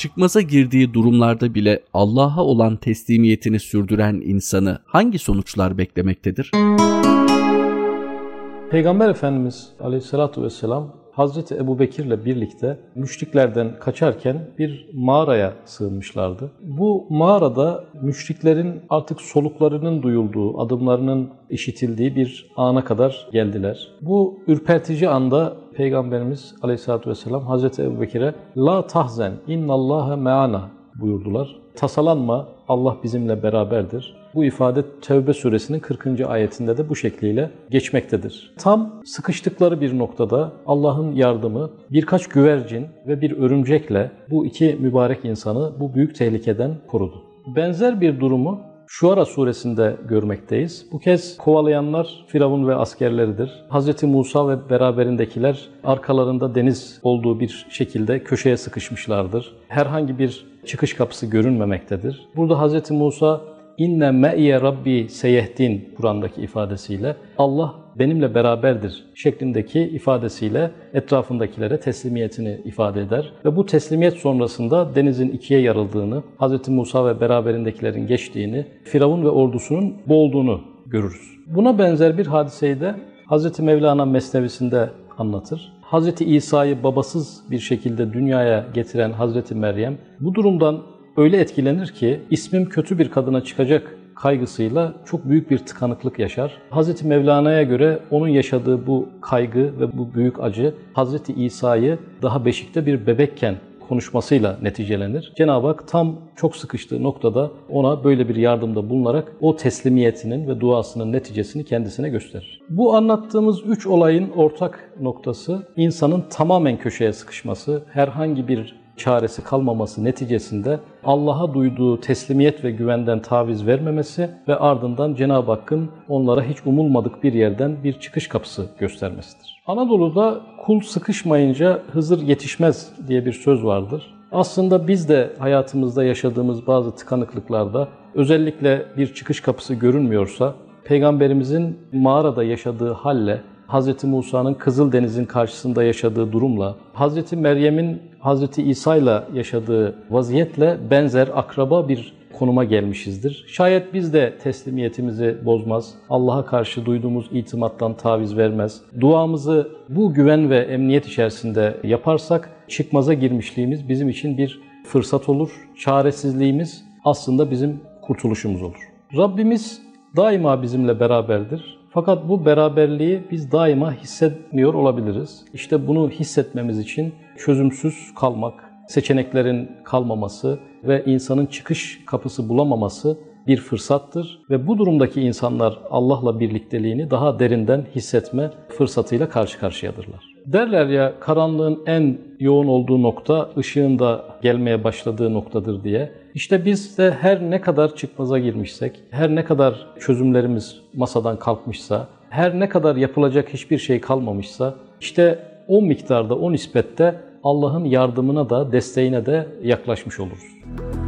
Çıkmaza girdiği durumlarda bile Allah'a olan teslimiyetini sürdüren insanı hangi sonuçlar beklemektedir? Peygamber Efendimiz Aleyhisselatü Vesselam Hazreti Ebubekir'le birlikte müşriklerden kaçarken bir mağaraya sığınmışlardı. Bu mağarada müşriklerin artık soluklarının duyulduğu, adımlarının işitildiği bir ana kadar geldiler. Bu ürpertici anda Peygamberimiz Aleyhisselatü Vesselam Hazreti Ebubekir'e "La tahzen, innallâhe me'ana" buyurdular. Tasalanma, Allah bizimle beraberdir. Bu ifade Tevbe suresinin 40. ayetinde de bu şekliyle geçmektedir. Tam sıkıştıkları bir noktada Allah'ın yardımı birkaç güvercin ve bir örümcekle bu iki mübarek insanı bu büyük tehlikeden korudu. Benzer bir durumu Şuara suresinde görmekteyiz. Bu kez kovalayanlar Firavun ve askerleridir. Hz. Musa ve beraberindekiler arkalarında deniz olduğu bir şekilde köşeye sıkışmışlardır. Herhangi bir çıkış kapısı görünmemektedir. Burada Hz. Musa "İnne me'ye Rabbi seyehdin" Kur'an'daki ifadesiyle Allah benimle beraberdir şeklindeki ifadesiyle etrafındakilere teslimiyetini ifade eder. Ve bu teslimiyet sonrasında denizin ikiye yarıldığını, Hz. Musa ve beraberindekilerin geçtiğini, Firavun ve ordusunun boğulduğunu görürüz. Buna benzer bir hadiseyi de Hz. Mevlana Mesnevisinde anlatır. Hz. İsa'yı babasız bir şekilde dünyaya getiren Hz. Meryem bu durumdan öyle etkilenir ki ismim kötü bir kadına çıkacak kaygısıyla çok büyük bir tıkanıklık yaşar. Hz. Mevlana'ya göre onun yaşadığı bu kaygı ve bu büyük acı Hz. İsa'yı daha beşikte bir bebekken konuşmasıyla neticelenir. Cenab-ı Hak tam çok sıkıştığı noktada ona böyle bir yardımda bulunarak o teslimiyetinin ve duasının neticesini kendisine gösterir. Bu anlattığımız üç olayın ortak noktası insanın tamamen köşeye sıkışması, herhangi bir çaresi kalmaması neticesinde Allah'a duyduğu teslimiyet ve güvenden taviz vermemesi ve ardından Cenab-ı Hakk'ın onlara hiç umulmadık bir yerden bir çıkış kapısı göstermesidir. Anadolu'da kul sıkışmayınca Hızır yetişmez diye bir söz vardır. Aslında biz de hayatımızda yaşadığımız bazı tıkanıklıklarda özellikle bir çıkış kapısı görünmüyorsa Peygamberimizin mağarada yaşadığı halle, Hz. Musa'nın Kızıldeniz'in karşısında yaşadığı durumla, Hz. Meryem'in Hz. İsa'yla yaşadığı vaziyetle benzer, akraba bir konuma gelmişizdir. Şayet biz de teslimiyetimizi bozmaz, Allah'a karşı duyduğumuz itimattan taviz vermez, duamızı bu güven ve emniyet içerisinde yaparsak, çıkmaza girmişliğimiz bizim için bir fırsat olur. Çaresizliğimiz aslında bizim kurtuluşumuz olur. Rabbimiz daima bizimle beraberdir. Fakat bu beraberliği biz daima hissetmiyor olabiliriz. İşte bunu hissetmemiz için çözümsüz kalmak, seçeneklerin kalmaması ve insanın çıkış kapısı bulamaması bir fırsattır. Ve bu durumdaki insanlar Allah'la birlikteliğini daha derinden hissetme fırsatıyla karşı karşıyadırlar. Derler ya, karanlığın en yoğun olduğu nokta ışığın da gelmeye başladığı noktadır diye. İşte biz de her ne kadar çıkmaza girmişsek, her ne kadar çözümlerimiz masadan kalkmışsa, her ne kadar yapılacak hiçbir şey kalmamışsa, işte o miktarda, o nispette Allah'ın yardımına da, desteğine de yaklaşmış oluruz.